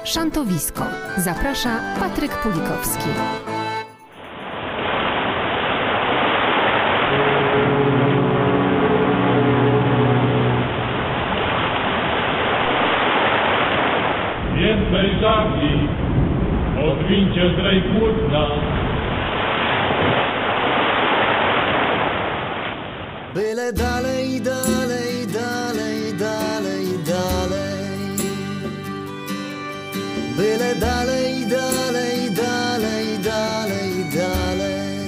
Szantowisko. Zaprasza Patryk Pulikowski. Więcej żagli, odwincie zdrej płótna. Byle dalej, dalej, dalej, dalej, dalej. Byle dalej, dalej, dalej, dalej, dalej.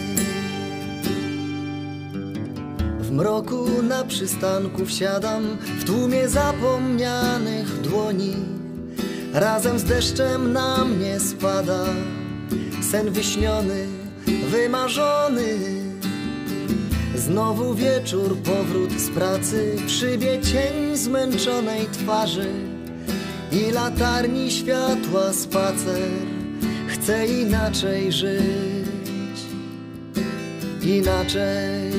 W mroku na przystanku wsiadam, w tłumie zapomnianych dłoni. Razem z deszczem na mnie spada sen wyśniony, wymarzony. Znowu wieczór, powrót z pracy, przybie cień zmęczonej twarzy i latarni światła spacer. Chcę inaczej żyć, inaczej.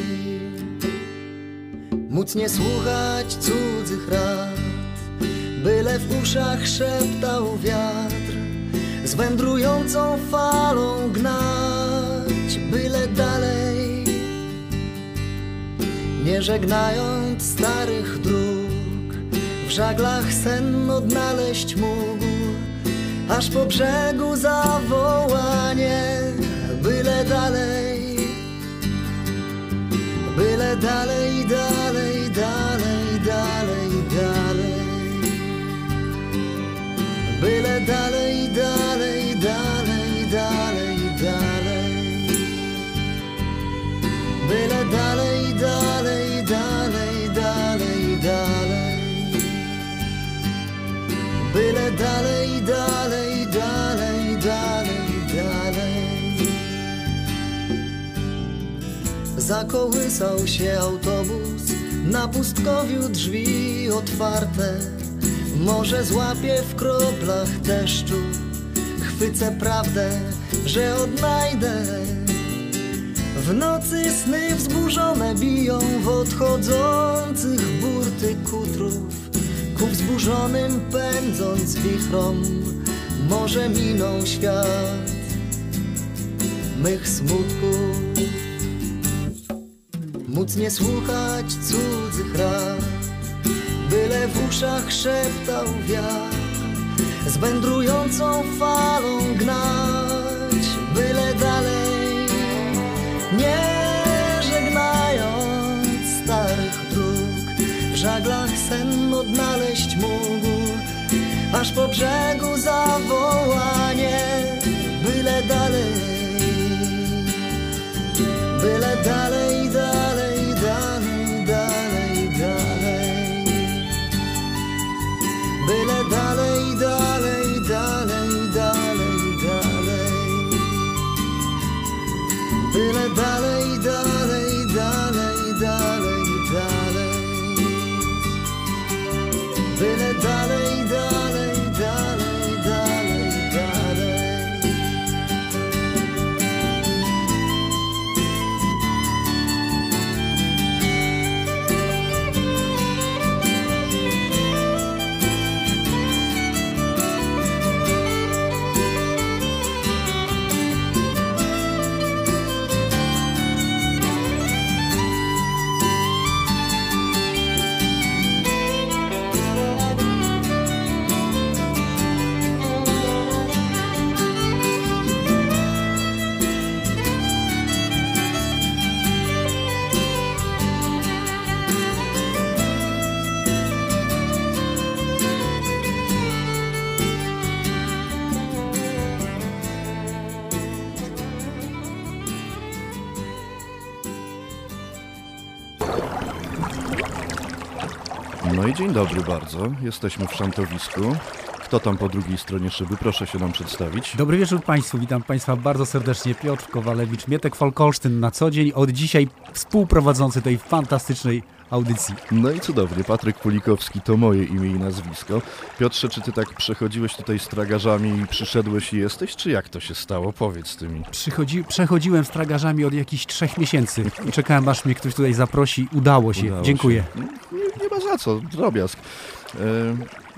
Móc nie słuchać cudzych rad, byle w uszach szeptał wiatr, z wędrującą falą gnać, byle dalej. Nie żegnając starych dróg, w żaglach sen odnaleźć mógł, aż po brzegu zawołanie, byle dalej. Byle dalej, dalej, dalej, dalej, dalej. Byle dalej, dalej, dalej, dalej, dalej. Byle dalej, dalej, dalej, dalej, dalej. Byle dalej, dalej, dalej, dalej, dalej. Zakołysał się autobus, na pustkowiu drzwi otwarte. Może złapię w kroplach deszczu, chwycę prawdę, że odnajdę. W nocy sny wzburzone biją w odchodzących burty kutrów. Ku wzburzonym pędząc wichrom, może miną świat mych smutków. Móc nie słuchać cudzych rad, byle w uszach szeptał wiatr, z wędrującą falą gnać, byle dalej. Nie żegnając starych dróg, w żaglach sen odnaleźć mógł, aż po brzegu zawołanie, byle dalej. Byle dalej, dalej, dalej, dalej, dalej. Byle dalej, dalej, dalej, dalej, dalej. Byle dalej, dalej, dalej, dalej, dalej. Byle dalej, dalej, dalej, dalej, dalej. No i dzień dobry bardzo. Jesteśmy w Szantowisku. Kto tam po drugiej stronie szyby? Proszę się nam przedstawić. Dobry wieczór Państwu. Witam Państwa bardzo serdecznie. Piotr Kowalewicz, Mietek Folkolsztyn na co dzień. Od dzisiaj współprowadzący tej fantastycznej audycji. No i cudownie. Patryk Pulikowski to moje imię i nazwisko. Piotrze, czy ty tak przechodziłeś tutaj z tragarzami i przyszedłeś i jesteś? Czy jak to się stało? Powiedz ty mi. Przechodziłem z tragarzami od jakichś 3 miesięcy. Czekałem, aż mnie ktoś tutaj zaprosi. Udało się. Dziękuję. Nie ma za co. Drobiazg.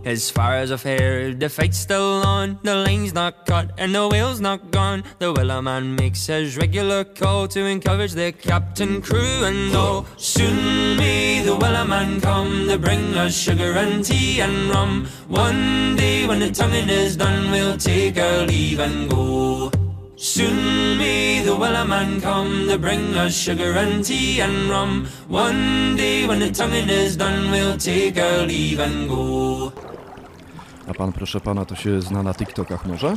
As far as I've heard, the fight's still on, the line's not cut and the whale's not gone. The Wellerman makes his regular call to encourage the captain, crew and all. Soon may the Wellerman come to bring us sugar and tea and rum. One day when the tonguing is done, we'll take our leave and go. Soon may the Wellerman come to bring us sugar and tea and rum. One day when the tonguing is done, we'll take our leave and go. A pan, proszę pana, to się zna na TikTokach może?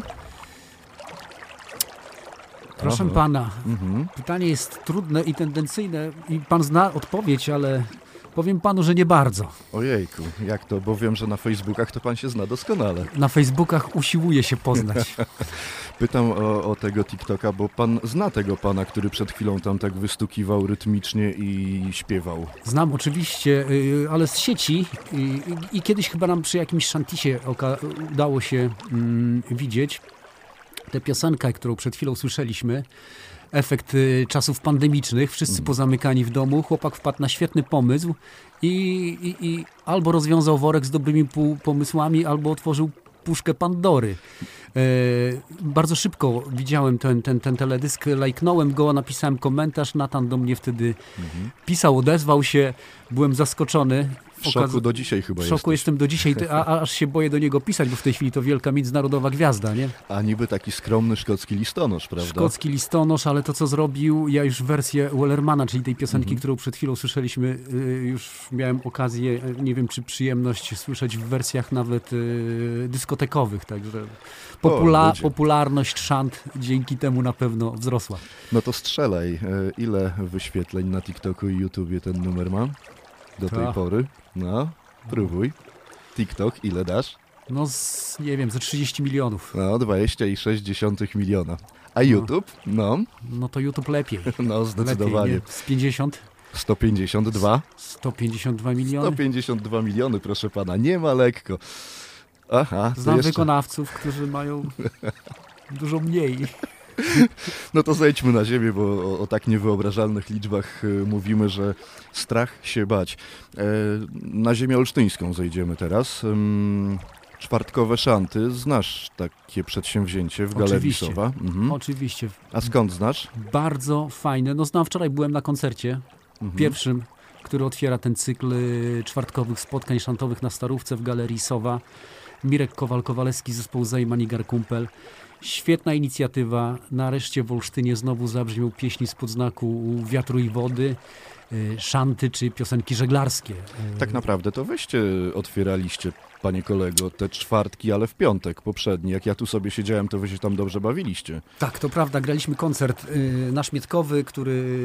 Proszę pana, pytanie jest trudne i tendencyjne i pan zna odpowiedź, ale powiem panu, że nie bardzo. Ojejku, jak to? Bo wiem, że na Facebookach to pan się zna doskonale. Na Facebookach usiłuje się poznać. Pytam o tego TikToka, bo pan zna tego pana, który przed chwilą tam tak wystukiwał rytmicznie i śpiewał. Znam oczywiście, ale z sieci i kiedyś chyba nam przy jakimś szantisie udało się widzieć tę piosenkę, którą przed chwilą słyszeliśmy. Efekt czasów pandemicznych, wszyscy pozamykani w domu, chłopak wpadł na świetny pomysł i albo rozwiązał worek z dobrymi pomysłami, albo otworzył puszkę Pandory. Bardzo szybko widziałem ten teledysk, lajknąłem go, napisałem komentarz, Natan do mnie wtedy pisał, odezwał się, byłem zaskoczony. W szoku do dzisiaj chyba W szoku jestem do dzisiaj, aż się boję do niego pisać, bo w tej chwili to wielka międzynarodowa gwiazda, nie? A niby taki skromny szkocki listonosz, prawda? Szkocki listonosz, ale to co zrobił, ja już wersję Wellermana, czyli tej piosenki, którą przed chwilą słyszeliśmy, już miałem okazję, nie wiem czy przyjemność słyszeć w wersjach nawet dyskotekowych, także popularność szant dzięki temu na pewno wzrosła. No to strzelaj, ile wyświetleń na TikToku i YouTubie ten numer ma do tej pory? No, próbuj. TikTok, ile dasz? No, nie wiem, ze 30 milionów. No, 20,6 miliona. A YouTube? No to YouTube lepiej. No, zdecydowanie. Lepiej, z 50? 152? 152 miliony. 152 miliony, proszę pana, nie ma lekko. Aha. Znam jeszcze wykonawców, którzy mają dużo mniej. No to zejdźmy na ziemię, bo o tak niewyobrażalnych liczbach mówimy, że strach się bać. Na ziemię olsztyńską zejdziemy teraz. Czwartkowe szanty. Znasz takie przedsięwzięcie w Galerii Sowa? Oczywiście. A skąd znasz? Bardzo fajne. No znam, wczoraj byłem na koncercie pierwszym, który otwiera ten cykl czwartkowych spotkań szantowych na Starówce w Galerii Sowa. Mirek Kowal-Kowalewski, zespół Zajman i Garkumpel. Świetna inicjatywa. Nareszcie w Olsztynie znowu zabrzmią pieśni spod znaku wiatru i wody, szanty czy piosenki żeglarskie. Tak naprawdę to wyście otwieraliście, panie kolego, te czwartki, ale w piątek poprzedni. Jak ja tu sobie siedziałem, to wy się tam dobrze bawiliście. Tak, to prawda. Graliśmy koncert naszmietkowy, który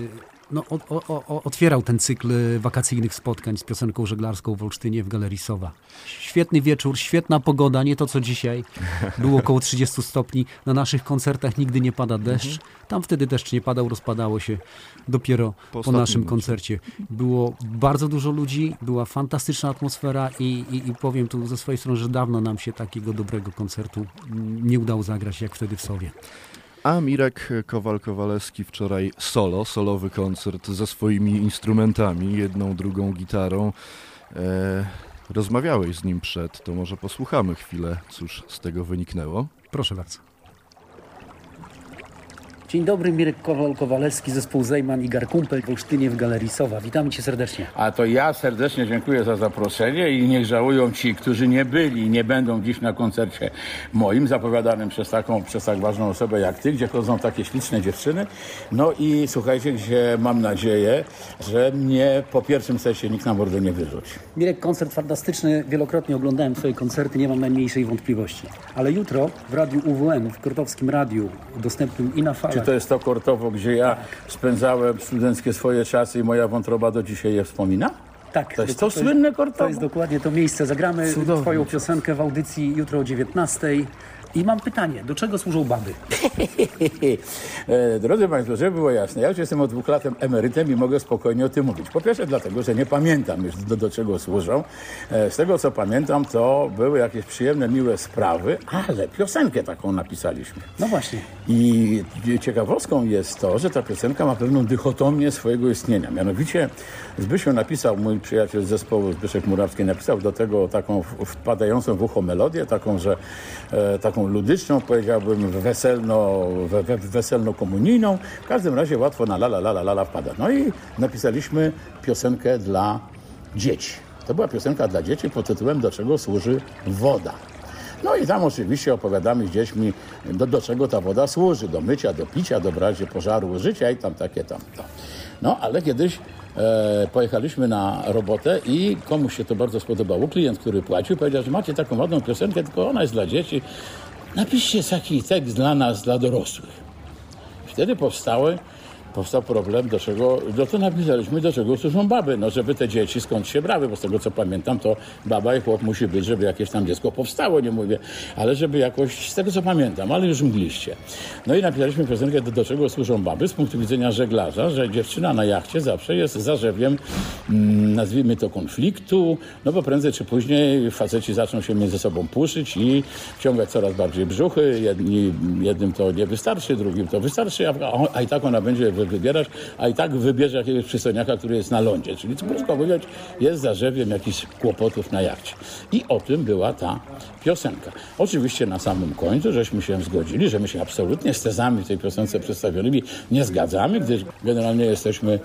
otwierał ten cykl wakacyjnych spotkań z piosenką żeglarską w Olsztynie w Galerii Sowa. Świetny wieczór, świetna pogoda, nie to co dzisiaj. Było około 30 stopni. Na naszych koncertach nigdy nie pada deszcz. Tam wtedy deszcz nie padał, rozpadało się dopiero po naszym koncercie. Było bardzo dużo ludzi, była fantastyczna atmosfera i powiem tu ze swojej strony, że dawno nam się takiego dobrego koncertu nie udało zagrać jak wtedy w Sowie. A Mirek Kowal-Kowalewski wczoraj solowy koncert ze swoimi instrumentami, jedną, drugą gitarą. Rozmawiałeś z nim przed, to może posłuchamy chwilę, cóż z tego wyniknęło. Proszę bardzo. Dzień dobry, Mirek Kowal-Kowalewski, zespół Zajman i Garkumpel w Olsztynie w Galerii Sowa. Witamy cię serdecznie. A to ja serdecznie dziękuję za zaproszenie i niech żałują ci, którzy nie byli i nie będą dziś na koncercie moim, zapowiadanym przez tak ważną osobę jak ty, gdzie chodzą takie śliczne dziewczyny. No i słuchajcie, gdzie mam nadzieję, że mnie po pierwszym sesie nikt na mordę nie wyrzuci. Mirek, koncert fantastyczny. Wielokrotnie oglądałem twoje koncerty, nie mam najmniejszej wątpliwości. Ale jutro w Radiu UWM, w Kortowskim Radiu, dostępnym i na falach. Czy to jest to Kortowo, gdzie ja spędzałem studenckie swoje czasy i moja wątroba do dzisiaj je wspomina? Tak. To jest to słynne Kortowo? To jest dokładnie to miejsce. Zagramy twoją piosenkę w audycji jutro o 19:00. I mam pytanie, do czego służą baby? Drodzy Państwo, żeby było jasne, ja już jestem od 2 lat emerytem i mogę spokojnie o tym mówić. Po pierwsze dlatego, że nie pamiętam już do czego służą. Z tego co pamiętam, to były jakieś przyjemne, miłe sprawy, ale piosenkę taką napisaliśmy. No właśnie. I ciekawostką jest to, że ta piosenka ma pewną dychotomię swojego istnienia. Mianowicie Zbysiu napisał, mój przyjaciel z zespołu Zbyszek Murawski, napisał do tego taką wpadającą w ucho melodię, taką, że taką ludyczną, powiedziałbym, weselno-komunijną. W każdym razie łatwo na la wpada. No i napisaliśmy piosenkę dla dzieci. To była piosenka dla dzieci pod tytułem Do czego służy woda. No i tam oczywiście opowiadamy z dziećmi, do czego ta woda służy. Do mycia, do picia, do w razie pożaru użycia i tam takie tam. No ale kiedyś pojechaliśmy na robotę i komuś się to bardzo spodobało. Klient, który płacił, powiedział, że macie taką ładną piosenkę, tylko ona jest dla dzieci. Napiszcie taki tekst dla nas, dla dorosłych. Wtedy powstał problem, to napisaliśmy, do czego służą baby. No, żeby te dzieci skąd się brały, bo z tego co pamiętam, to baba i chłop musi być, żeby jakieś tam dziecko powstało, nie mówię, ale żeby jakoś, z tego co pamiętam, ale już mgliście. No i napisaliśmy piosenkę, do czego służą baby, z punktu widzenia żeglarza, że dziewczyna na jachcie zawsze jest zarzewiem, nazwijmy to, konfliktu, no bo prędzej czy później faceci zaczną się między sobą puszyć i wciągać coraz bardziej brzuchy. Jednym to nie wystarczy, drugim to wystarczy, a i tak ona będzie wybierać, a i tak wybierze jakiegoś przystojniaka, który jest na lądzie. Czyli, co krótko mówiąc, jest zarzewiem jakichś kłopotów na jachcie. I o tym była ta piosenka. Oczywiście na samym końcu żeśmy się zgodzili, że my się absolutnie z tezami w tej piosence przedstawionymi nie zgadzamy, gdyż generalnie jesteśmy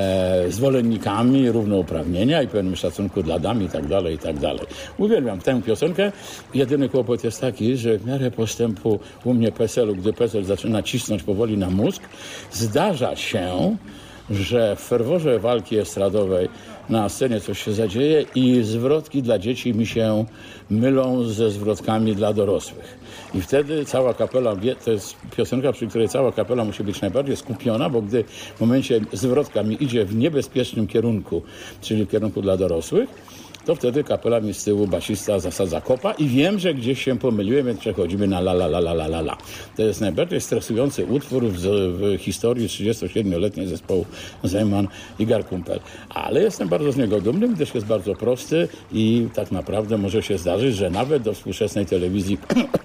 zwolennikami równouprawnienia i pełnym szacunku dla dam i tak dalej, i tak dalej. Uwielbiam tę piosenkę. Jedyny kłopot jest taki, że w miarę postępu u mnie PESEL-u, gdy PESEL zaczyna cisnąć powoli na mózg, zdarza się, że w ferworze walki estradowej na scenie coś się zadzieje i zwrotki dla dzieci mi się mylą ze zwrotkami dla dorosłych. I wtedy cała kapela, to jest piosenka, przy której cała kapela musi być najbardziej skupiona, bo gdy w momencie zwrotka mi idzie w niebezpiecznym kierunku, czyli w kierunku dla dorosłych, to wtedy kapela mi z tyłu basista zasadza kopa i wiem, że gdzieś się pomyliłem, więc przechodzimy na la. To jest najbardziej stresujący utwór w historii 37-letniej zespołu Zeman i Garkumpel. Ale jestem bardzo z niego dumny, gdyż jest bardzo prosty i tak naprawdę może się zdarzyć, że nawet do współczesnej telewizji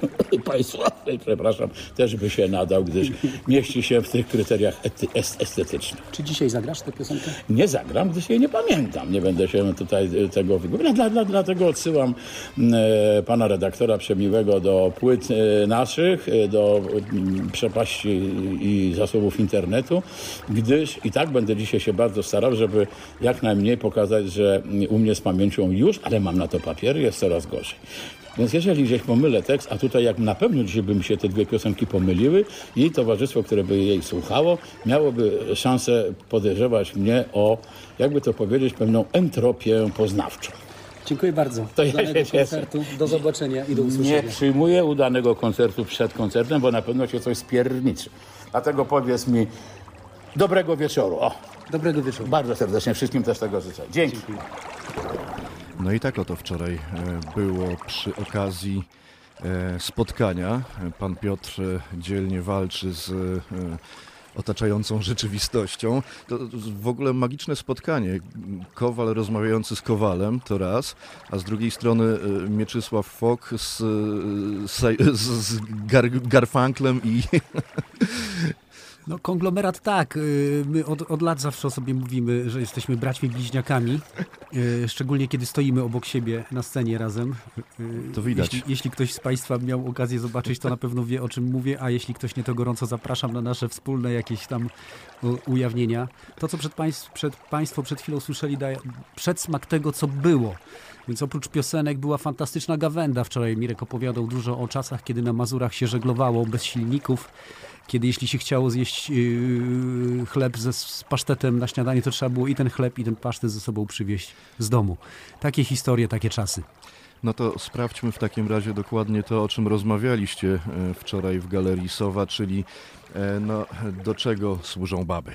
państwowej, przepraszam, też by się nadał, gdyż mieści się w tych kryteriach estetycznych. Czy dzisiaj zagrasz tę piosenkę? Nie zagram, gdyż jej nie pamiętam. Nie będę się tutaj tego wygłupiał. Dlatego odsyłam pana redaktora Przemiłego do płyt naszych, do przepaści i zasobów internetu, gdyż i tak będę dzisiaj się bardzo starał, żeby jak najmniej pokazać, że u mnie z pamięcią już, ale mam na to papiery, jest coraz gorzej. Więc jeżeli gdzieś pomylę tekst, a tutaj jak na pewno dzisiaj by mi się te dwie piosenki pomyliły i towarzystwo, które by jej słuchało, miałoby szansę podejrzewać mnie o, jakby to powiedzieć, pewną entropię poznawczą. Dziękuję bardzo. To ja się koncertu. Do zobaczenia i do usłyszenia. Nie przyjmuję udanego koncertu przed koncertem, bo na pewno się coś spierniczy. Dlatego powiedz mi dobrego wieczoru. O. Dobrego wieczoru. Bardzo serdecznie wszystkim też tego życzę. Dzięki. Dziękuję. No i tak oto wczoraj było przy okazji spotkania. Pan Piotr dzielnie walczy z otaczającą rzeczywistością. To w ogóle magiczne spotkanie. Kowal rozmawiający z Kowalem to raz, a z drugiej strony Mieczysław Fok z Garfunklem i... No konglomerat tak. My od lat zawsze o sobie mówimy, że jesteśmy braćmi bliźniakami. Szczególnie kiedy stoimy obok siebie na scenie razem. To widać. Jeśli ktoś z Państwa miał okazję zobaczyć, to na pewno wie, o czym mówię, a jeśli ktoś nie, to gorąco zapraszam na nasze wspólne jakieś tam ujawnienia. To, co Państwo przed chwilą słyszeli, daje przedsmak tego, co było. Więc oprócz piosenek była fantastyczna gawenda. Wczoraj Mirek opowiadał dużo o czasach, kiedy na Mazurach się żeglowało bez silników. Kiedy jeśli się chciało zjeść chleb z pasztetem na śniadanie, to trzeba było i ten chleb, i ten pasztet ze sobą przywieźć z domu. Takie historie, takie czasy. No to sprawdźmy w takim razie dokładnie to, o czym rozmawialiście wczoraj w Galerii Sowa, czyli do czego służą baby.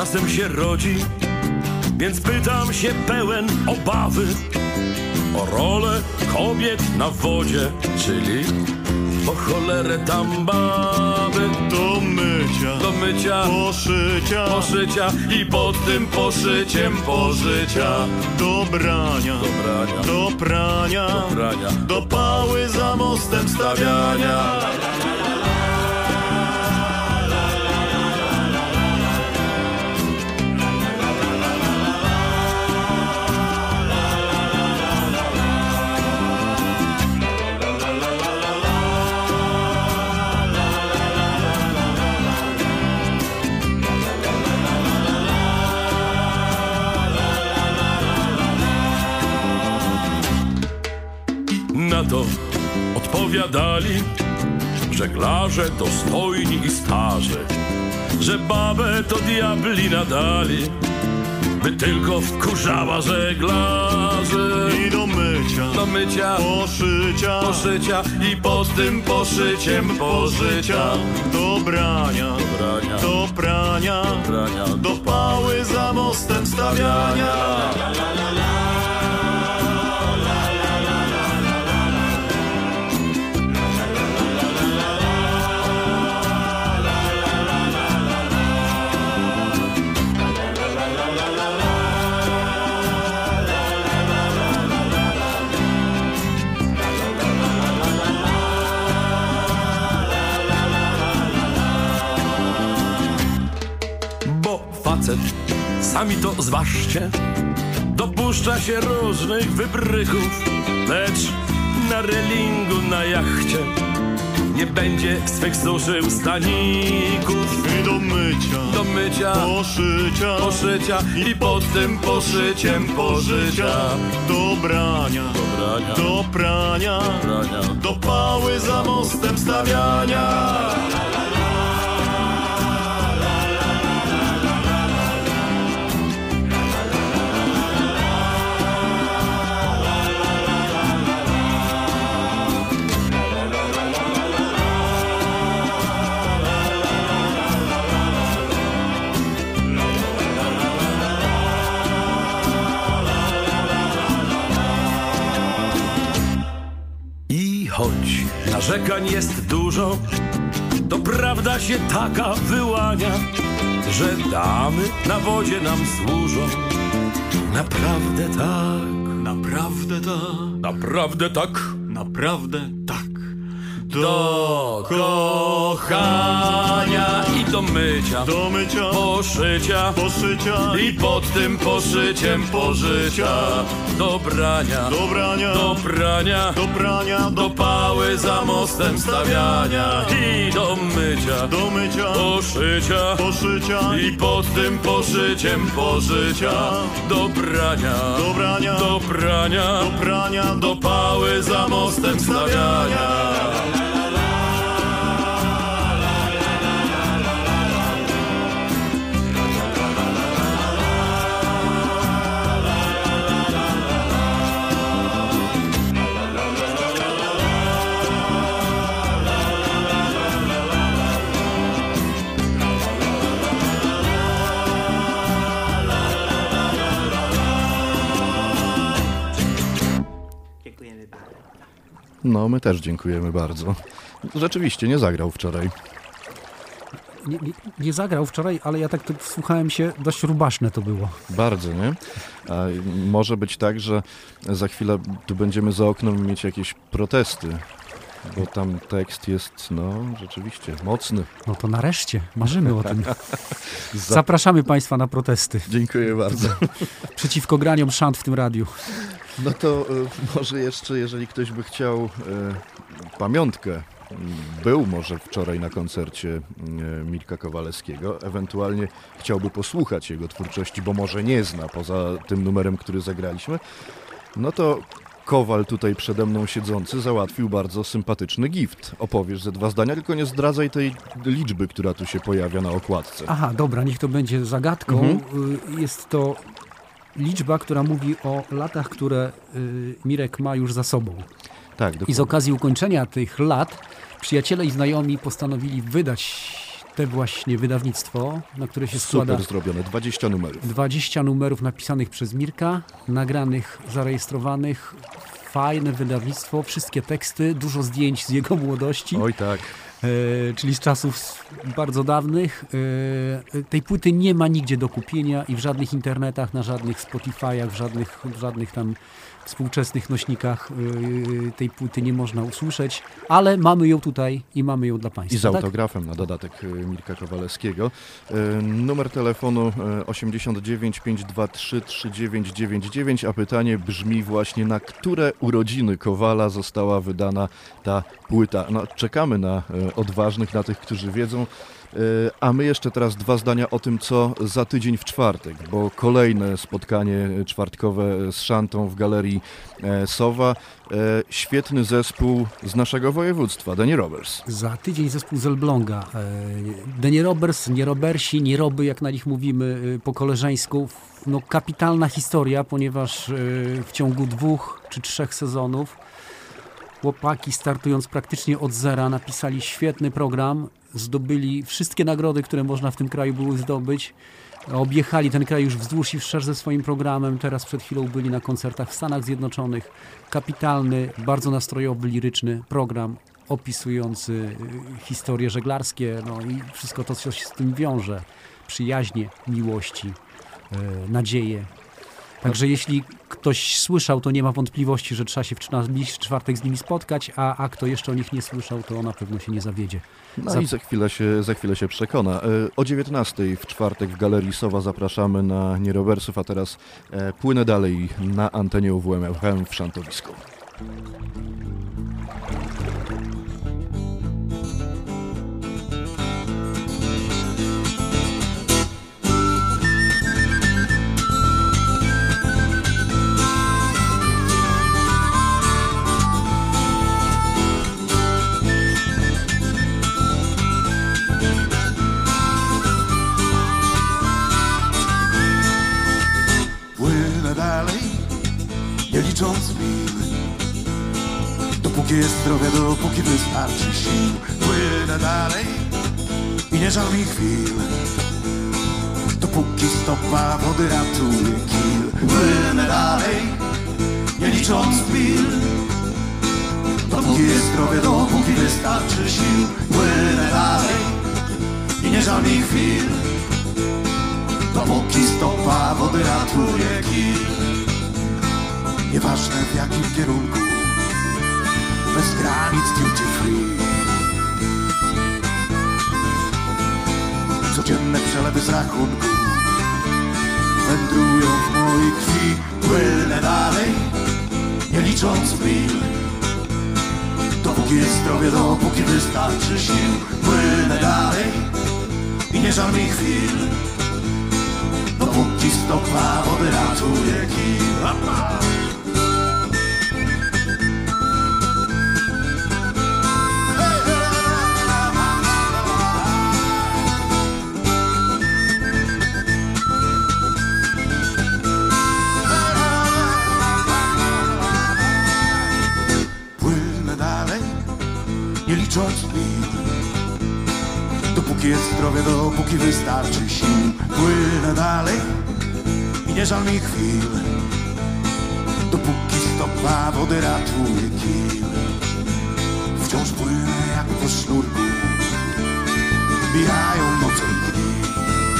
czasem się rodzi, więc pytam się pełen obawy o rolę kobiet na wodzie, czyli o cholerę tam baby. Do mycia, poszycia i pod tym poszyciem pożycia. Do brania, do prania, do pały za mostem stawiania. Na to odpowiadali żeglarze dostojni i starzy, że babę to diabli nadali, by tylko wkurzała żeglarzy. I do mycia, poszycia i pod tym poszyciem pożycia. Do brania, do prania, do pały za mostem stawiania. Facet, sami to zważcie, dopuszcza się różnych wybryków, lecz na relingu, na jachcie nie będzie swych suszył staników. I do mycia, poszycia i pod tym poszyciem pożycia. Do brania, do prania, do pały za mostem stawiania. Choć narzekań jest dużo, to prawda się taka wyłania, że damy na wodzie nam służą. Naprawdę tak, naprawdę tak, naprawdę tak, naprawdę tak. Do kochania i do mycia, poszycia i pod tym poszyciem pożycia. Do brania, do prania, do pały za mostem stawiania. I do mycia, poszycia i pod tym poszyciem pożycia. Do brania, do pały za mostem stawiania. No, my też dziękujemy bardzo. Rzeczywiście, nie zagrał wczoraj. Nie zagrał wczoraj, ale ja tak wsłuchałem się, dość rubaszne to było. Bardzo, nie? A może być tak, że za chwilę tu będziemy za oknem mieć jakieś protesty, bo tam tekst jest, no, rzeczywiście mocny. No to nareszcie, marzymy o tym. Zapraszamy Państwa na protesty. Dziękuję bardzo. Przeciwko graniom szant w tym radiu. No to może jeszcze, jeżeli ktoś by chciał pamiątkę, był może wczoraj na koncercie Mirka Kowalewskiego, ewentualnie chciałby posłuchać jego twórczości, bo może nie zna poza tym numerem, który zagraliśmy, no to Kowal tutaj przede mną siedzący załatwił bardzo sympatyczny gift. Opowiesz ze 2 zdania, tylko nie zdradzaj tej liczby, która tu się pojawia na okładce. Aha, dobra, niech to będzie zagadką. Jest to liczba, która mówi o latach, które Mirek ma już za sobą. Tak, dokładnie. I z okazji ukończenia tych lat przyjaciele i znajomi postanowili wydać te właśnie wydawnictwo, na które się składa... Super zrobione, 20 numerów. 20 numerów napisanych przez Mirka, nagranych, zarejestrowanych. Fajne wydawnictwo, wszystkie teksty, dużo zdjęć z jego młodości. Oj tak. Czyli z czasów bardzo dawnych. Tej płyty nie ma nigdzie do kupienia i w żadnych internetach, na żadnych Spotify'ach, w żadnych tam współczesnych nośnikach tej płyty nie można usłyszeć, ale mamy ją tutaj i mamy ją dla Państwa. I z autografem na dodatek Mirka Kowalewskiego. Numer telefonu 89 523 3999, a pytanie brzmi właśnie, na które urodziny Kowala została wydana ta płyta. No, czekamy na odważnych, na tych, którzy wiedzą. A my jeszcze teraz 2 zdania o tym, co za tydzień w czwartek, bo kolejne spotkanie czwartkowe z szantą w Galerii Sowa. Świetny zespół z naszego województwa, Danny Robbers. Za tydzień zespół z Elbląga. Danny Robbers, nie Robersi, nie Roby, jak na nich mówimy po koleżeńsku. No, kapitalna historia, ponieważ w ciągu 2 czy 3 sezonów chłopaki, startując praktycznie od zera, napisali świetny program, zdobyli wszystkie nagrody, które można w tym kraju były zdobyć. Objechali ten kraj już wzdłuż i wszerz ze swoim programem. Teraz przed chwilą byli na koncertach w Stanach Zjednoczonych. Kapitalny, bardzo nastrojowy, liryczny program opisujący historie żeglarskie, no i wszystko to, co się z tym wiąże. Przyjaźnie, miłości, nadzieje. Także jeśli ktoś słyszał, to nie ma wątpliwości, że trzeba się w najbliższy czwartek z nimi spotkać, a kto jeszcze o nich nie słyszał, to na pewno się nie zawiedzie. No i za chwilę się przekona. O 19:00 w czwartek w Galerii Sowa zapraszamy na Nierobersów, a teraz płynę dalej na antenie UWM FM w Szantowisku. Nie licząc mil, dopóki jest zdrowie, dopóki wystarczy sił. Płynę dalej i nie żal mi chwil, dopóki stopa wody ratuje kil. Płynę dalej, nie licząc mil, dopóki jest zdrowie, dopóki wystarczy sił. Płynę dalej i nie żal mi chwil, dopóki stopa wody ratuje kil. Nieważne w jakim kierunku, bez granic duty free. Codzienne przelewy z rachunku wędrują w mojej krwi. Płynę dalej, nie licząc mil, dopóki jest zdrowie, dopóki wystarczy sił. Płynę dalej i nie żal mi chwil, dopóki stopa wody ratuje kil. Nie licząc mil, dopóki jest zdrowie, dopóki wystarczy sił. Płynę dalej i nie żal mi chwil, dopóki stopa wody ratuje kil. Wciąż płynę jak po sznurku, mijają noce i dni,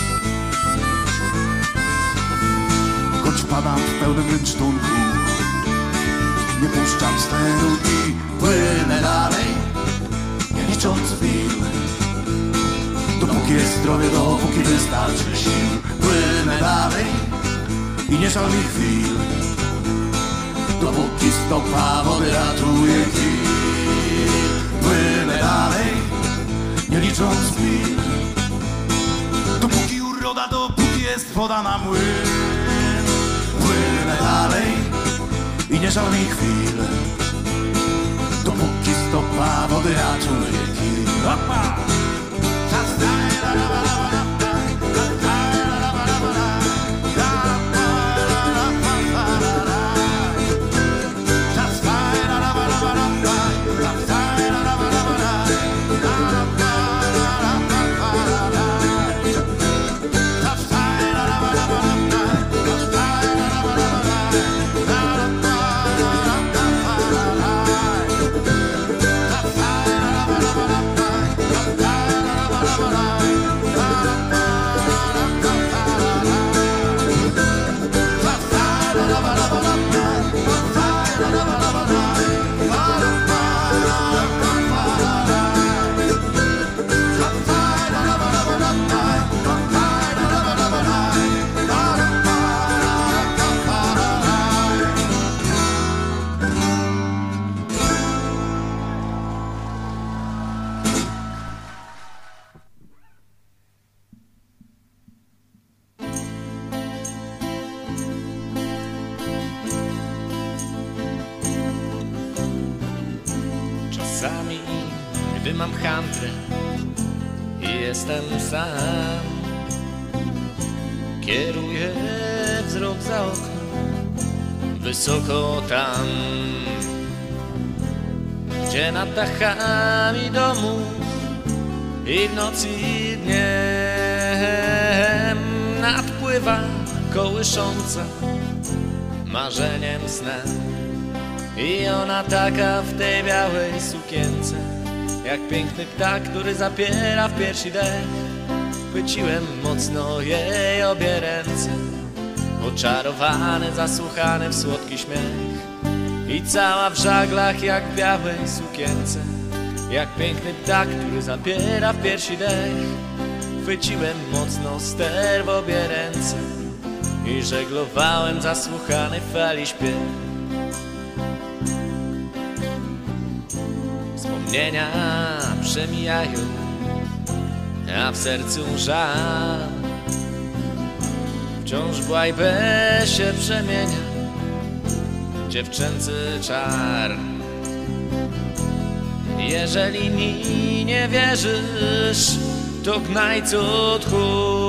choć padam w pełnym rynsztunku, nie puszczam steru dni. Płynę dalej, nie licząc mil, dopóki jest zdrowie, dopóki wystarczy sił. Płynę dalej i nie żal mi chwil, dopóki stopa wody ratuje kil. Płynę dalej, nie licząc mil, dopóki uroda, dopóki jest woda na młyn. Płynę dalej i nie żal mi chwil, dopóki stopa wody ratuje kil. jestem sam. Kieruję wzrok za okno, wysoko tam, gdzie nad dachami domów i w nocy i dniem nadpływa kołysząca marzeniem snem. I ona taka w tej białej sukience, jak piękny ptak, który zapiera w piersi dech. Chwyciłem mocno jej obie ręce, oczarowany, zasłuchany w słodki śmiech. I cała w żaglach jak w białej sukience, jak piękny ptak, który zapiera w piersi dech. Chwyciłem mocno ster w obie ręce i żeglowałem zasłuchany w fali śpiew. Wspomnienia przemijają, a w sercu żal wciąż w łajbę się przemienia dziewczęcy czar. Jeżeli mi nie wierzysz, to gnajcu tchu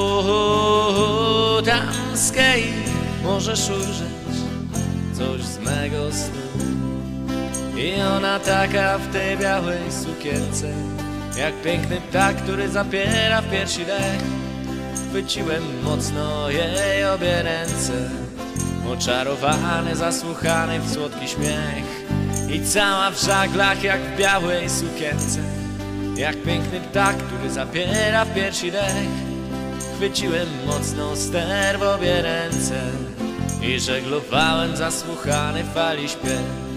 damskiej możesz ujrzeć coś z mego snu. I ona taka w tej białej sukience, jak piękny ptak, który zapiera w piersi dech. Chwyciłem mocno jej obie ręce, oczarowany, zasłuchany w słodki śmiech. I cała w żaglach jak w białej sukience, jak piękny ptak, który zapiera w piersi dech. Chwyciłem mocno ster w obie ręce i żeglowałem zasłuchany w fali śpiew.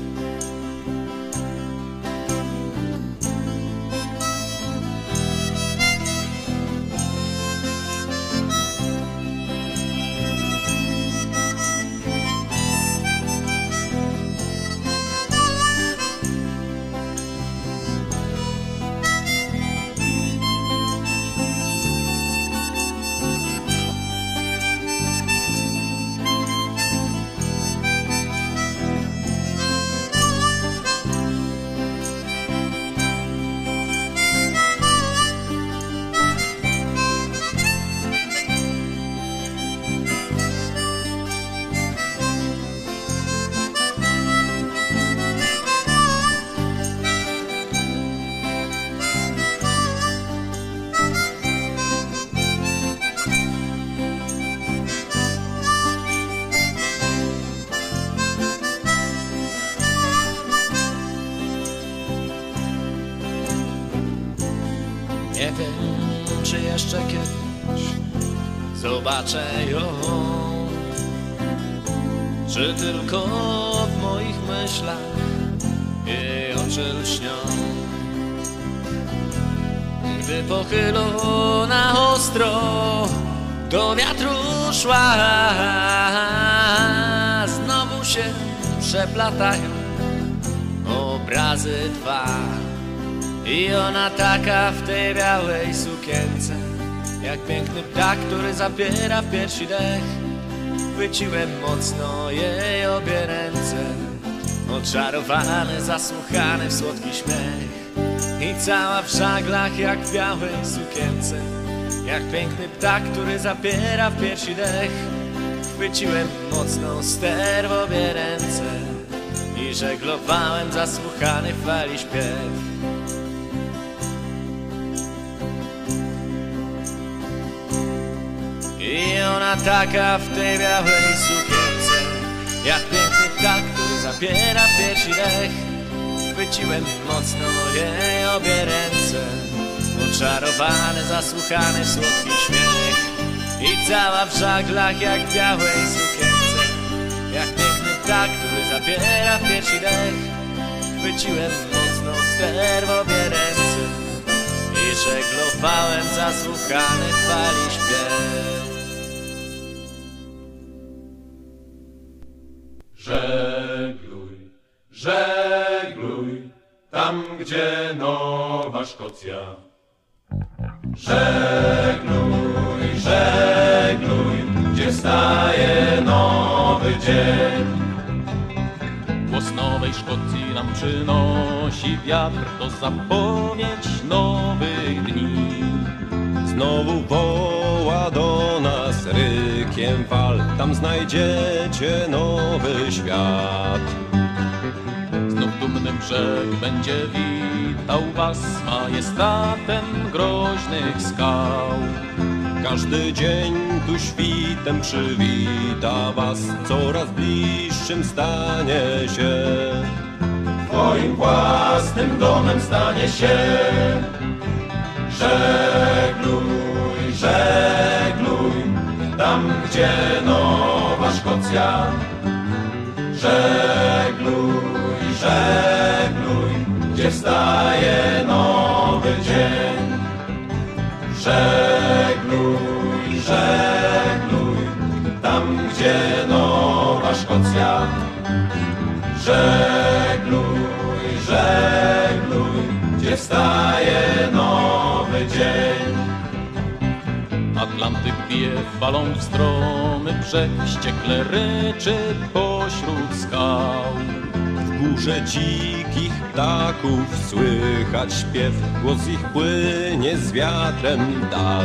Nie wiem, czy jeszcze kiedyś zobaczę ją, czy tylko w moich myślach jej oczy lśnią. Gdy pochylona ostro do wiatru szła, znowu się przeplatają obrazy dwa. I ona taka w tej białej sukience, jak piękny ptak, który zapiera w piersi dech. Chwyciłem mocno jej obie ręce, oczarowany, zasłuchany w słodki śmiech. I cała w żaglach jak w białej sukience, jak piękny ptak, który zapiera w piersi dech. Chwyciłem mocno ster w obie ręce i żeglowałem zasłuchany w fali śpiew. I ona taka w tej białej sukience, jak piękny ptak, który zapiera w piersi dech. Chwyciłem mocno jej obie ręce, oczarowany, zasłuchany w słodki śmiech. I cała w żaglach jak w białej sukience, jak piękny ptak, który zapiera w piersi dech. Chwyciłem mocno ster w obie ręce i żeglowałem zasłuchany w fali śpiew. Żegluj, żegluj, tam gdzie Nowa Szkocja. Żegluj, żegluj, gdzie staje nowy dzień. Głos Nowej Szkocji nam przynosi wiatr, to zapowiedź nowych dni. znowu woła do nas rykiem fal. Tam znajdziecie nowy świat. Znów dumny brzeg będzie witał was majestatem groźnych skał. Każdy dzień tu świtem przywita was, coraz bliższym stanie się. Twoim własnym domem stanie się. Żegluj, żegluj, tam gdzie Nowa Szkocja. Żegluj, żegluj, gdzie wstaje nowy dzień. Żegluj, żegluj, tam gdzie Nowa Szkocja. Żegluj, żegluj, gdzie wstaje nowy dzień. Atlantyk bije falą w stromy brzeg, ściekle ryczy pośród skał. W górze dzikich ptaków słychać śpiew, głos ich płynie z wiatrem dal.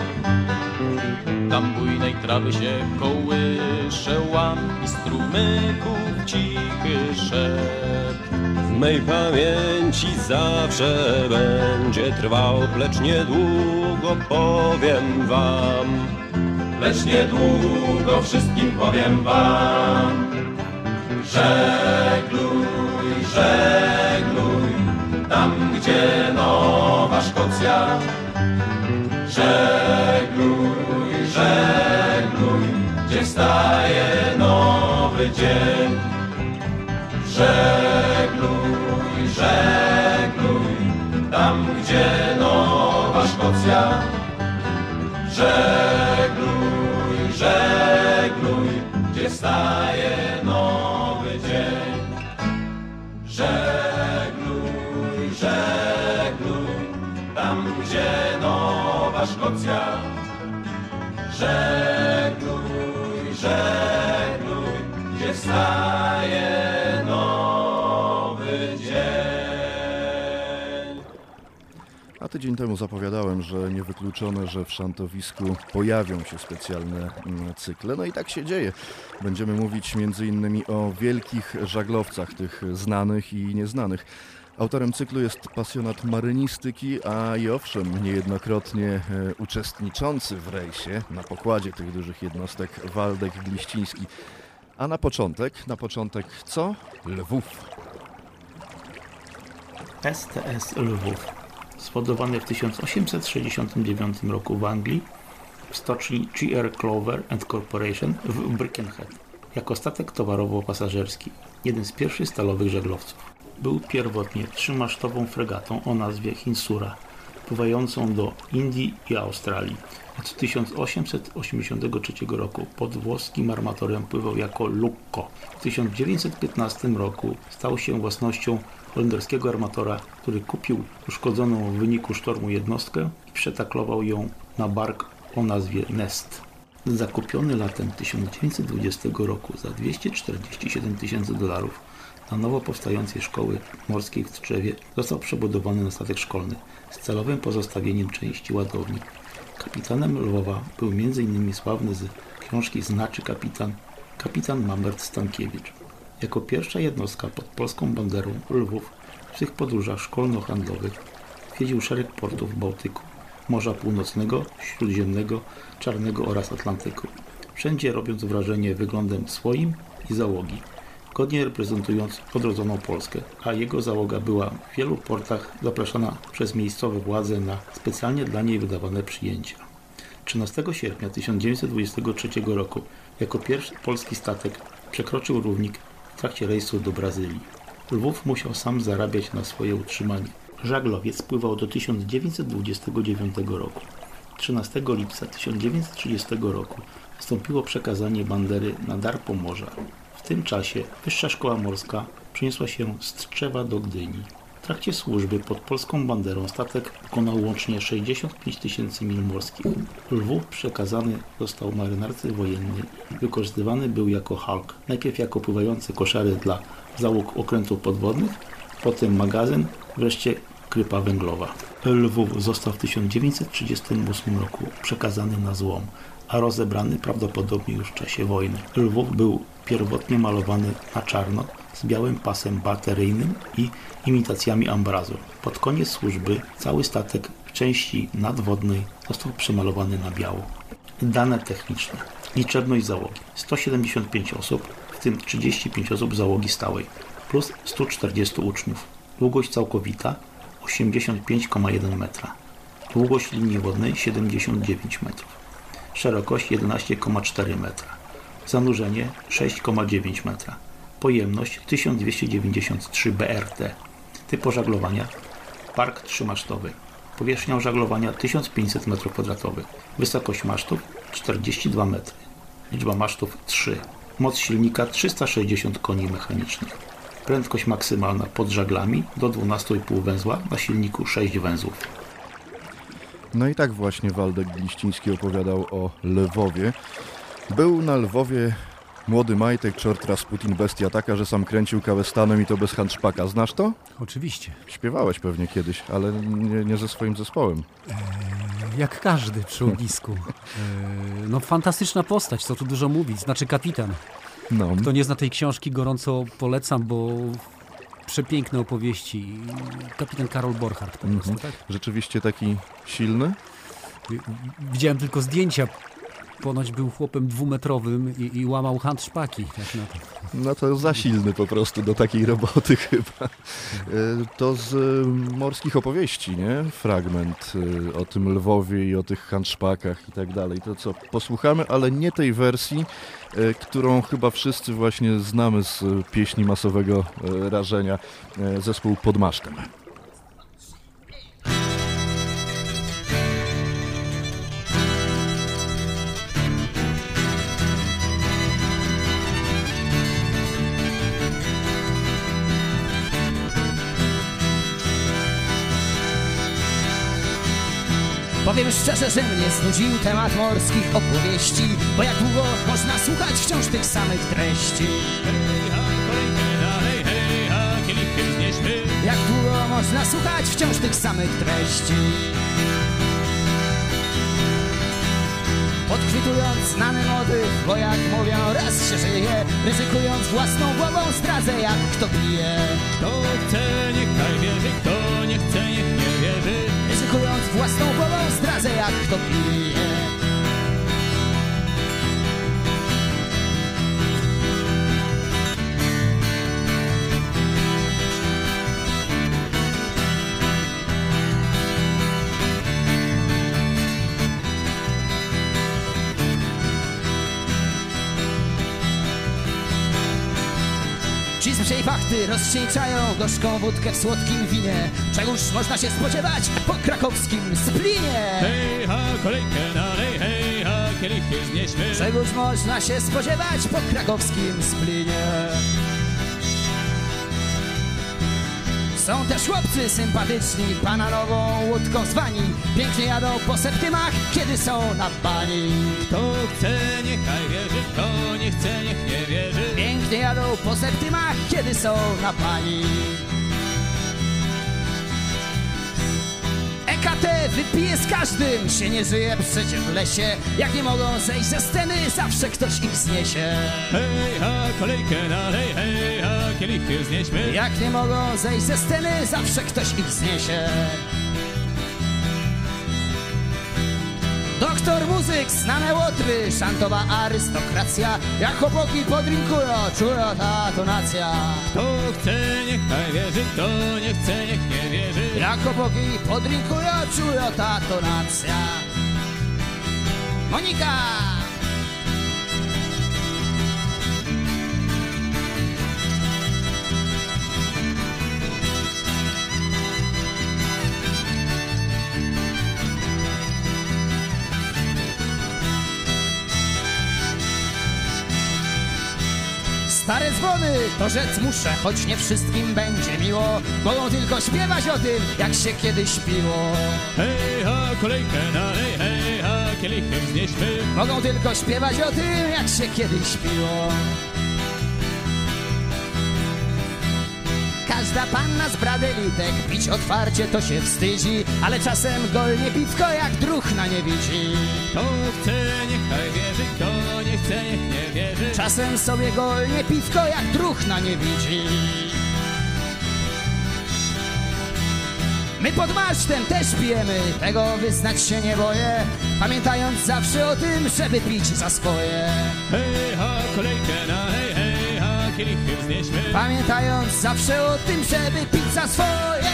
Tam bujnej trawy się kołysze łam i strumyków cichy szept. W mej pamięci zawsze będzie trwał, lecz niedługo powiem wam. Lecz niedługo wszystkim powiem wam. Żegluj, żegluj, tam gdzie Nowa Szkocja. Żegluj, żegluj, gdzie wstaje nowy dzień. Żegluj, żegluj, tam gdzie Nowa Szkocja. Żegluj, żegluj, gdzie wstaje nowy dzień. Żegluj, żegluj, tam gdzie Nowa Szkocja. Żegluj, żegluj, gdzie wstaje nowy dzień. A tydzień temu zapowiadałem, że niewykluczone, że w Szantowisku pojawią się specjalne cykle. No i tak się dzieje. Będziemy mówić m.in. o wielkich żaglowcach, tych znanych i nieznanych. Autorem cyklu jest pasjonat marynistyki, a i owszem, niejednokrotnie uczestniczący w rejsie na pokładzie tych dużych jednostek Waldek Gliściński. A na początek co? Lwów. STS Lwów, zbudowany w 1869 roku w Anglii w stoczni G.R. Clover and Corporation w Birkenhead jako statek towarowo-pasażerski, jeden z pierwszych stalowych żaglowców. Był pierwotnie trzymasztową fregatą o nazwie Hinsura, pływającą do Indii i Australii. Od 1883 roku pod włoskim armatorem pływał jako Lucco. W 1915 roku stał się własnością holenderskiego armatora, który kupił uszkodzoną w wyniku sztormu jednostkę i przetaklował ją na bark o nazwie Nest. Zakupiony latem 1920 roku za $247 000 na nowo powstającej szkoły morskiej w Tczewie został przebudowany na statek szkolny z celowym pozostawieniem części ładowni. Kapitanem Lwowa był m.in. sławny z książki Znaczy kapitan Mambert Stankiewicz. Jako pierwsza jednostka pod polską banderą Lwów w swych podróżach szkolno-handlowych zwiedził szereg portów w Bałtyku, Morza Północnego, Śródziemnego, Czarnego oraz Atlantyku. Wszędzie robiąc wrażenie wyglądem swoim i załogi, godnie reprezentując odrodzoną Polskę, a jego załoga była w wielu portach zapraszana przez miejscowe władze na specjalnie dla niej wydawane przyjęcia. 13 sierpnia 1923 roku jako pierwszy polski statek przekroczył równik w trakcie rejsu do Brazylii. Lwów musiał sam zarabiać na swoje utrzymanie. Żaglowiec pływał do 1929 roku. 13 lipca 1930 roku nastąpiło przekazanie bandery na dar Pomorza. W tym czasie Wyższa Szkoła Morska przeniosła się z Tczewa do Gdyni. W trakcie służby pod polską banderą statek pokonał łącznie 65 000 mil morskich. Lwów przekazany został marynarce wojennej. Wykorzystywany był jako hulk, najpierw jako pływające koszary dla załóg okrętów podwodnych, potem magazyn, wreszcie krypa węglowa. Lwów został w 1938 roku przekazany na złom, a rozebrany prawdopodobnie już w czasie wojny. Lwów był pierwotnie malowany na czarno z białym pasem bateryjnym i imitacjami ambrazu. Pod koniec służby cały statek w części nadwodnej został przemalowany na biało. Dane techniczne. Liczebność załogi 175 osób, w tym 35 osób załogi stałej, plus 140 uczniów. Długość całkowita 85,1 metra. Długość linii wodnej 79 metrów. Szerokość 11,4 metra. Zanurzenie 6,9 metra. Pojemność 1293 BRT. Typ ożaglowania park trzymasztowy. Powierzchnia ożaglowania 1500 m2. Wysokość masztów 42 metry. Liczba masztów 3. Moc silnika 360 koni mechanicznych. Prędkość maksymalna pod żaglami do 12,5 węzła, na silniku 6 węzłów. No i tak właśnie Waldek Gliściński opowiadał o Lwowie. Był na Lwowie młody Majtek, czort Rasputin, bestia taka, że sam kręcił kawestanem i to bez handszpaka. Znasz to? Oczywiście. Śpiewałeś pewnie kiedyś, ale nie ze swoim zespołem. Jak każdy przy ognisku. No fantastyczna postać, co tu dużo mówić. Znaczy kapitan. No. Kto nie zna tej książki, gorąco polecam, bo przepiękne opowieści. Kapitan Karol Borchardt po prostu, tak? Rzeczywiście taki silny? Widziałem tylko zdjęcia. Ponoć był chłopem 2-metrowym i łamał handszpaki. Tak na to. No to za silny po prostu do takiej roboty chyba. To z morskich opowieści, nie? Fragment o tym Lwowie i o tych handszpakach i tak dalej. To co, posłuchamy, ale nie tej wersji, którą chyba wszyscy właśnie znamy z pieśni masowego rażenia, zespół Pod Masztem. Powiem szczerze, że mnie znudził temat morskich opowieści, bo jak długo można słuchać wciąż tych samych treści. Jak długo można słuchać wciąż tych samych treści. Podchwytując znany motyw, bo jak mówią, raz się żyje, ryzykując własną głową zdradzę, jak kto pije. Kto chce, niechaj wierzy, kto nie chce, niech nie wierzy. Ryzykując własną głową zdradzę, jak kto pije. Ci z mszej wachty rozcieńczają gorzką wódkę w słodkim winie. Czegoż można się spodziewać po krakowskim splinie? Hej ha, kolejkę nalej, hej ha, kielichy znieśmy. Czegoż można się spodziewać po krakowskim splinie? Są też chłopcy sympatyczni, pana nową łódką zwani. Pięknie jadą po septymach, kiedy są na bani. Kto chce, niechaj wierzy, kto nie chce, niech nie wierzy. Pięknie jadą po septymach, kiedy są na bani. EKT wypije z każdym, się nie żyje przecież w lesie. Jak nie mogą zejść ze sceny, zawsze ktoś ich zniesie. Hej ha, kolejkę nalej, hej ha, kielichy znieśmy. Jak nie mogą zejść ze sceny, zawsze ktoś ich zniesie. Doktor muzyk, znane łotry, szantowa arystokracja. Jak chłopaki podrinkują, czują ta tonacja. Kto chce, niechaj wierzy, kto nie chce, niech nie wierzy. Jak chłopaki podrinkują, czują ta tonacja. Monika! Stare dzwony, to rzec muszę, choć nie wszystkim będzie miło. Mogą tylko śpiewać o tym, jak się kiedyś piło. Hej ha, kolejkę nalej, hej ha, kielichy znieśmy. Mogą tylko śpiewać o tym, jak się kiedyś piło. każda panna z bradelitek. Pić otwarcie to się wstydzi, ale czasem golnie piwko jak druchna nie widzi. Kto chce, niechaj wierzy, kto nie chce, niech nie wierzy. Czasem sobie golnie piwko jak druchna nie widzi. My pod masztem też pijemy, tego wyznać się nie boję, pamiętając zawsze o tym, żeby pić za swoje. Hej ha, kolejkę na hej, hej ha, kielichy wznieśmy. Pamiętając zawsze o tym, żeby pić za swoje.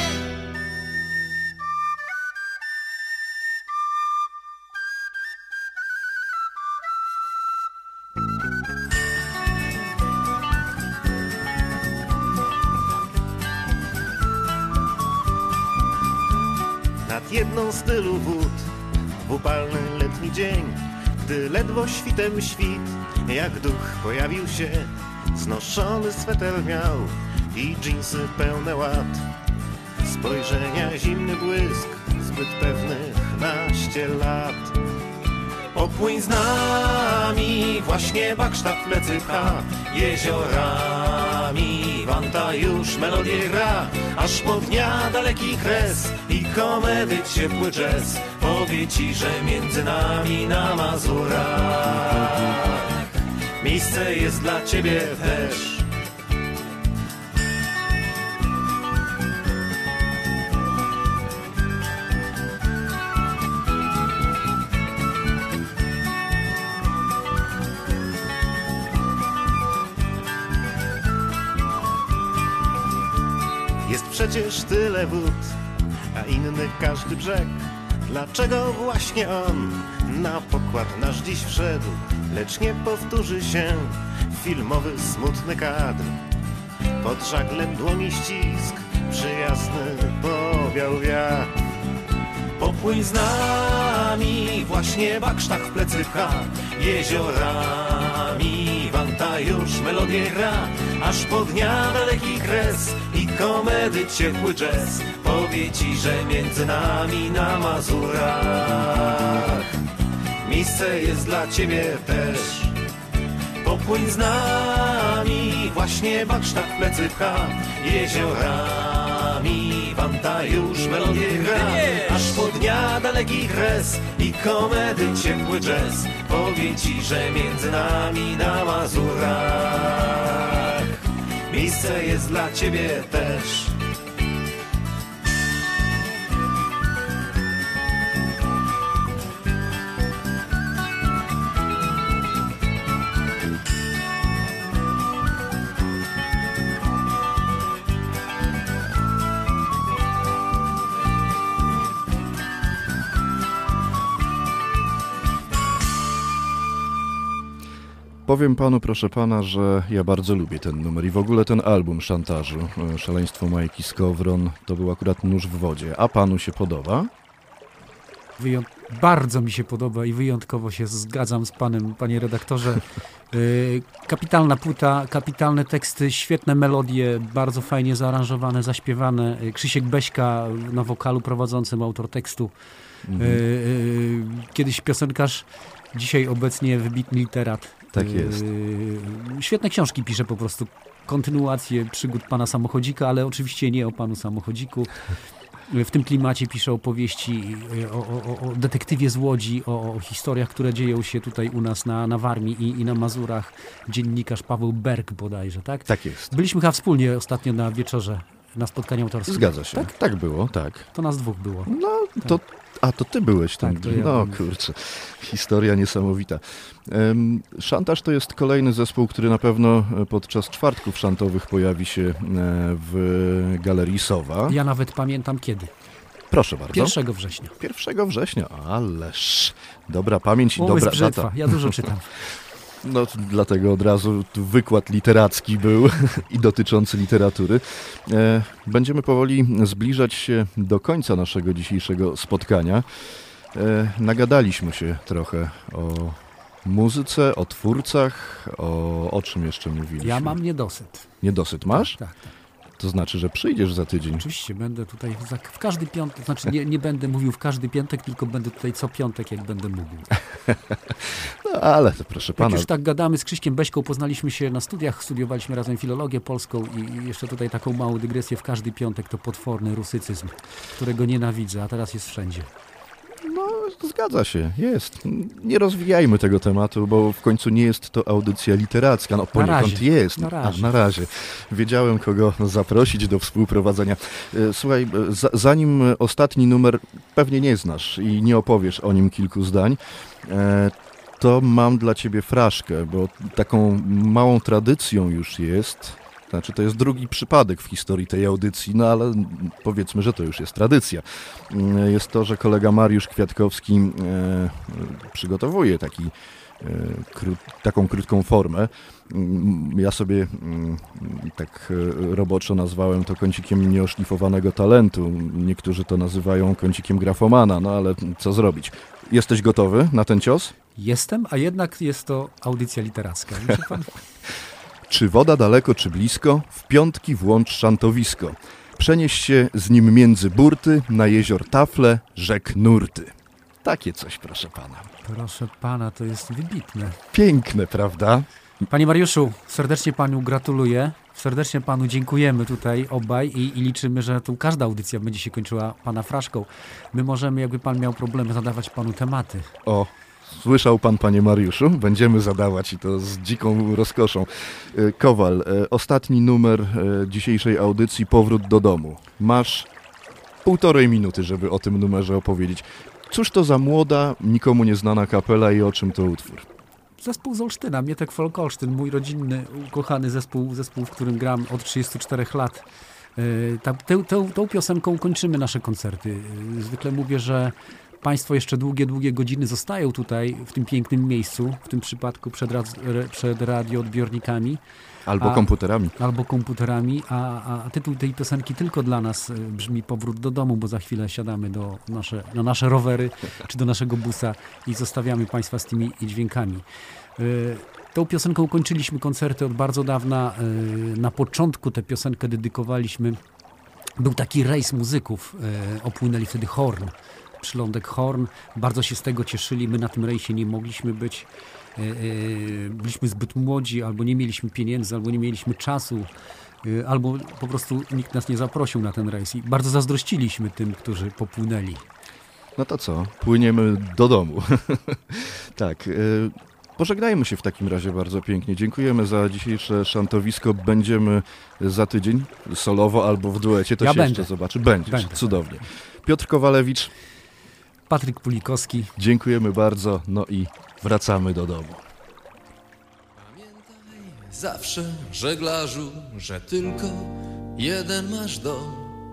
Nad jedną z tylu wód w upalny letni dzień, gdy ledwo świtem świt, jak duch pojawił się, znoszony sweter miał i dżinsy pełne łat. Spojrzenia zimny błysk, zbyt pewnych naście lat. Popłyń z nami, właśnie Bakształt w plecy pcha, jeziorami Wanta już melodię gra, aż po dnia daleki kres i komedy ciepły jazz powie ci, że między nami na Mazurach miejsce jest dla ciebie też. Jest przecież tyle wód, a inny każdy brzeg. Dlaczego właśnie on na pokład nasz dziś wszedł? Lecz nie powtórzy się filmowy smutny kadr. Pod żaglem dłoni ścisk, przyjazny powiał wiatr. Popłyń z nami, właśnie Bakształt w plecy pcha, jeziorami Wanta już melodię gra, aż po dnia daleki kres i komedy ciepły jazz powie ci, że między nami na Mazurach miejsce jest dla ciebie też. Popłyń z nami, właśnie Bakształt w plecy pcha, jeziorami Wanta już melodię gra, aż po dnia daleki kres i komedy ciepły jazz powie ci, że między nami na Mazurach miejsce jest dla ciebie też. Powiem panu, proszę pana, że ja bardzo lubię ten numer i w ogóle ten album Szantażu, Szaleństwo Majki Skowron, to był akurat nóż w wodzie. A panu się podoba? Bardzo mi się podoba i wyjątkowo się zgadzam z panem, panie redaktorze. Kapitalna płyta, kapitalne teksty, świetne melodie, bardzo fajnie zaaranżowane, zaśpiewane. Krzysiek Beśka na wokalu prowadzącym, autor tekstu. Kiedyś piosenkarz, dzisiaj obecnie wybitny literat. Tak jest. Świetne książki pisze po prostu. Kontynuacje przygód pana samochodzika, ale oczywiście nie o panu samochodziku. W tym klimacie pisze opowieści o detektywie z Łodzi, o historiach, które dzieją się tutaj u nas na Warmii i na Mazurach. Dziennikarz Paweł Berg bodajże, tak? Tak jest. Byliśmy chyba wspólnie ostatnio na wieczorze, na spotkaniu autorskim. Zgadza się. Tak było, tak. To nas dwóch było. No, to... A, to ty byłeś tam. Tak, to ja no kurczę, historia niesamowita. Szantaż to jest kolejny zespół, który na pewno podczas czwartków szantowych pojawi się w Galerii Sowa. Ja nawet pamiętam kiedy. Proszę bardzo. 1 września. 1 września, ależ dobra pamięć i Umysł dobra brzytwa. data. Ja dużo czytam. No, dlatego od razu tu wykład literacki był i dotyczący literatury. Będziemy powoli zbliżać się do końca naszego dzisiejszego spotkania. Nagadaliśmy się trochę o muzyce, o twórcach, o czym jeszcze mówiliśmy. Ja mam niedosyt. Niedosyt masz? Tak. To znaczy, że przyjdziesz za tydzień. Oczywiście, będę tutaj w każdy piątek, znaczy nie będę mówił w każdy piątek, tylko będę tutaj co piątek, jak będę mógł. No ale to proszę pana. Jak już tak gadamy z Krzyśkiem Beśką, poznaliśmy się na studiach, studiowaliśmy razem filologię polską i jeszcze tutaj taką małą dygresję, w każdy piątek to potworny rusycyzm, którego nienawidzę, a teraz jest wszędzie. No, zgadza się, jest. Nie rozwijajmy tego tematu, bo w końcu nie jest to audycja literacka. No poniekąd jest. Na razie. Wiedziałem, kogo zaprosić do współprowadzenia. Słuchaj, zanim ostatni numer pewnie nie znasz i nie opowiesz o nim kilku zdań, to mam dla ciebie fraszkę, bo taką małą tradycją już jest. Znaczy, to jest drugi przypadek w historii tej audycji, no ale powiedzmy, że to już jest tradycja. Jest to, że kolega Mariusz Kwiatkowski przygotowuje taką krótką formę. Ja sobie tak roboczo nazwałem to kącikiem nieoszlifowanego talentu. Niektórzy to nazywają kącikiem grafomana, no ale co zrobić? Jesteś gotowy na ten cios? Jestem, a jednak jest to audycja literacka. Wiecie pan? Czy woda daleko, czy blisko? W piątki włącz szantowisko. Przenieś się z nim między burty, na jezior tafle, rzek nurty. Takie coś, proszę pana. Proszę pana, to jest wybitne. Piękne, prawda? Panie Mariuszu, serdecznie panu gratuluję. Serdecznie panu dziękujemy tutaj obaj i liczymy, że tu każda audycja będzie się kończyła pana fraszką. My możemy, jakby pan miał problemy, zadawać panu tematy. O, słyszał pan, panie Mariuszu? Będziemy zadawać i to z dziką rozkoszą. Kowal, ostatni numer dzisiejszej audycji, Powrót do domu. Masz 1,5 minuty, żeby o tym numerze opowiedzieć. Cóż to za młoda, nikomu nieznana kapela i o czym to utwór? Zespół z Olsztyna, Mietek Folk Olsztyn, mój rodzinny, ukochany zespół, w którym gram od 34 lat. Tą piosenką kończymy nasze koncerty. Zwykle mówię, że państwo jeszcze długie godziny zostają tutaj, w tym pięknym miejscu, w tym przypadku przed radioodbiornikami. Albo komputerami. A tytuł tej piosenki tylko dla nas brzmi Powrót do domu, bo za chwilę siadamy na nasze rowery czy do naszego busa i zostawiamy państwa z tymi dźwiękami. Tą piosenką kończyliśmy koncerty od bardzo dawna. Na początku tę piosenkę dedykowaliśmy. Był taki rejs muzyków. Opłynęli wtedy Horn. Przylądek Horn. Bardzo się z tego cieszyli. My na tym rejsie nie mogliśmy być. Byliśmy zbyt młodzi, albo nie mieliśmy pieniędzy, albo nie mieliśmy czasu, albo po prostu nikt nas nie zaprosił na ten rejs i bardzo zazdrościliśmy tym, którzy popłynęli. No to co? Płyniemy do domu. Tak. Pożegnajmy się w takim razie bardzo pięknie. Dziękujemy za dzisiejsze szantowisko. Będziemy za tydzień solowo albo w duecie. To ja się będę. Jeszcze zobaczy. Będziesz. Cudownie. Piotr Kowalewicz. Patryk Pulikowski. Dziękujemy bardzo. No i wracamy do domu. Pamiętaj zawsze, żeglarzu, że tylko jeden masz dom.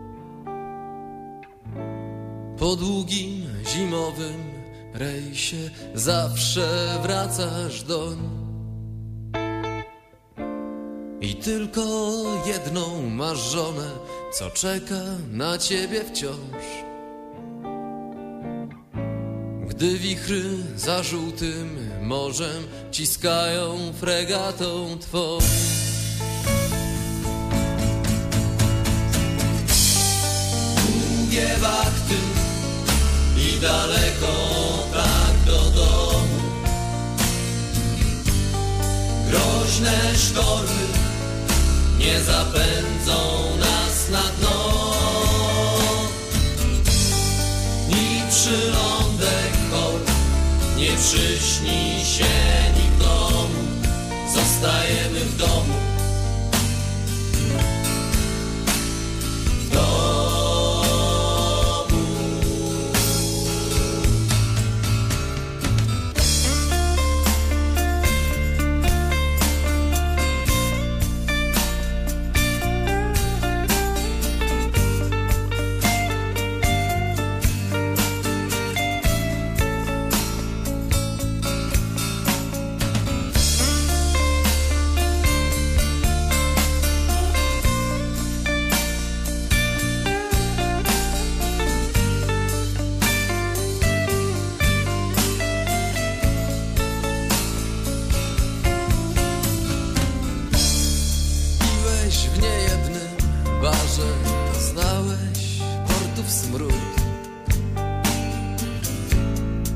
Po długim zimowym rejsie zawsze wracasz doń. I tylko jedną masz żonę, co czeka na ciebie wciąż. Gdy wichry za żółtym morzem ciskają fregatą twą. Długie wachty i daleko tak do domu. Groźne sztormy nie zapędzą nas na dno. I przylądek Horn nie przyśni się nikomu. Zostajemy w domu. W domu.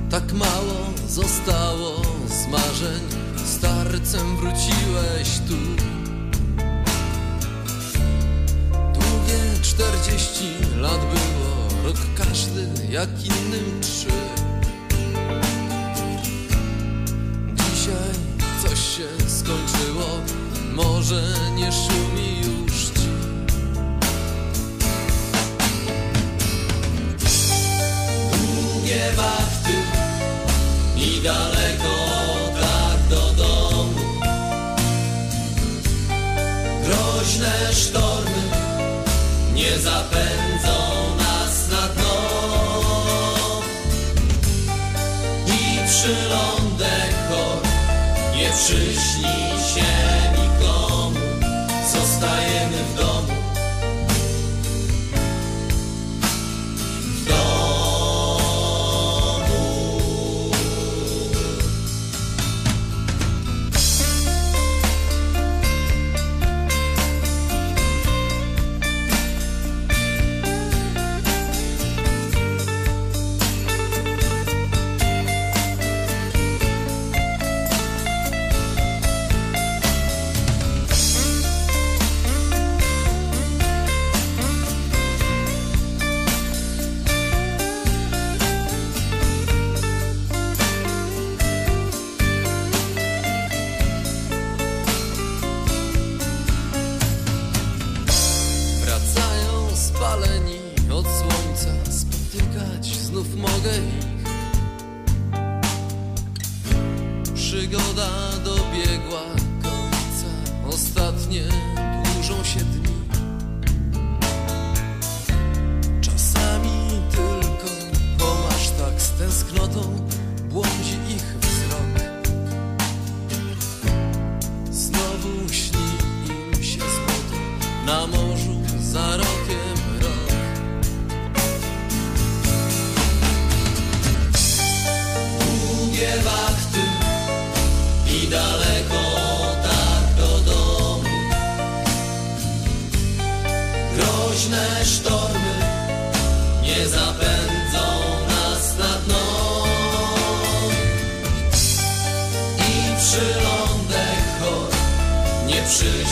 Tak mało zostało z marzeń, starcem wróciłeś tu. Długie 40 lat było, rok każdy jak innym 3. Dzisiaj coś się skończyło, może nie szumi już ci. Długie wachty i daleko tak do domu. Groźne sztormy nie zapędzą nas na dno. I przylądek chor nie przyśni się nikomu. Zostajemy w domu. Przygoda dobiegła końca, ostatnie dłużą się dni. Czasami tylko pomasz tak z tęsknotą, błądzi ich wzrok. Znowu śni im się złoto na morzu za rokiem rok. Długie wachty i daleko tak do domu. Groźne sztormy nie zapędzą nas na dno. I przylądek chor nie przyjdzie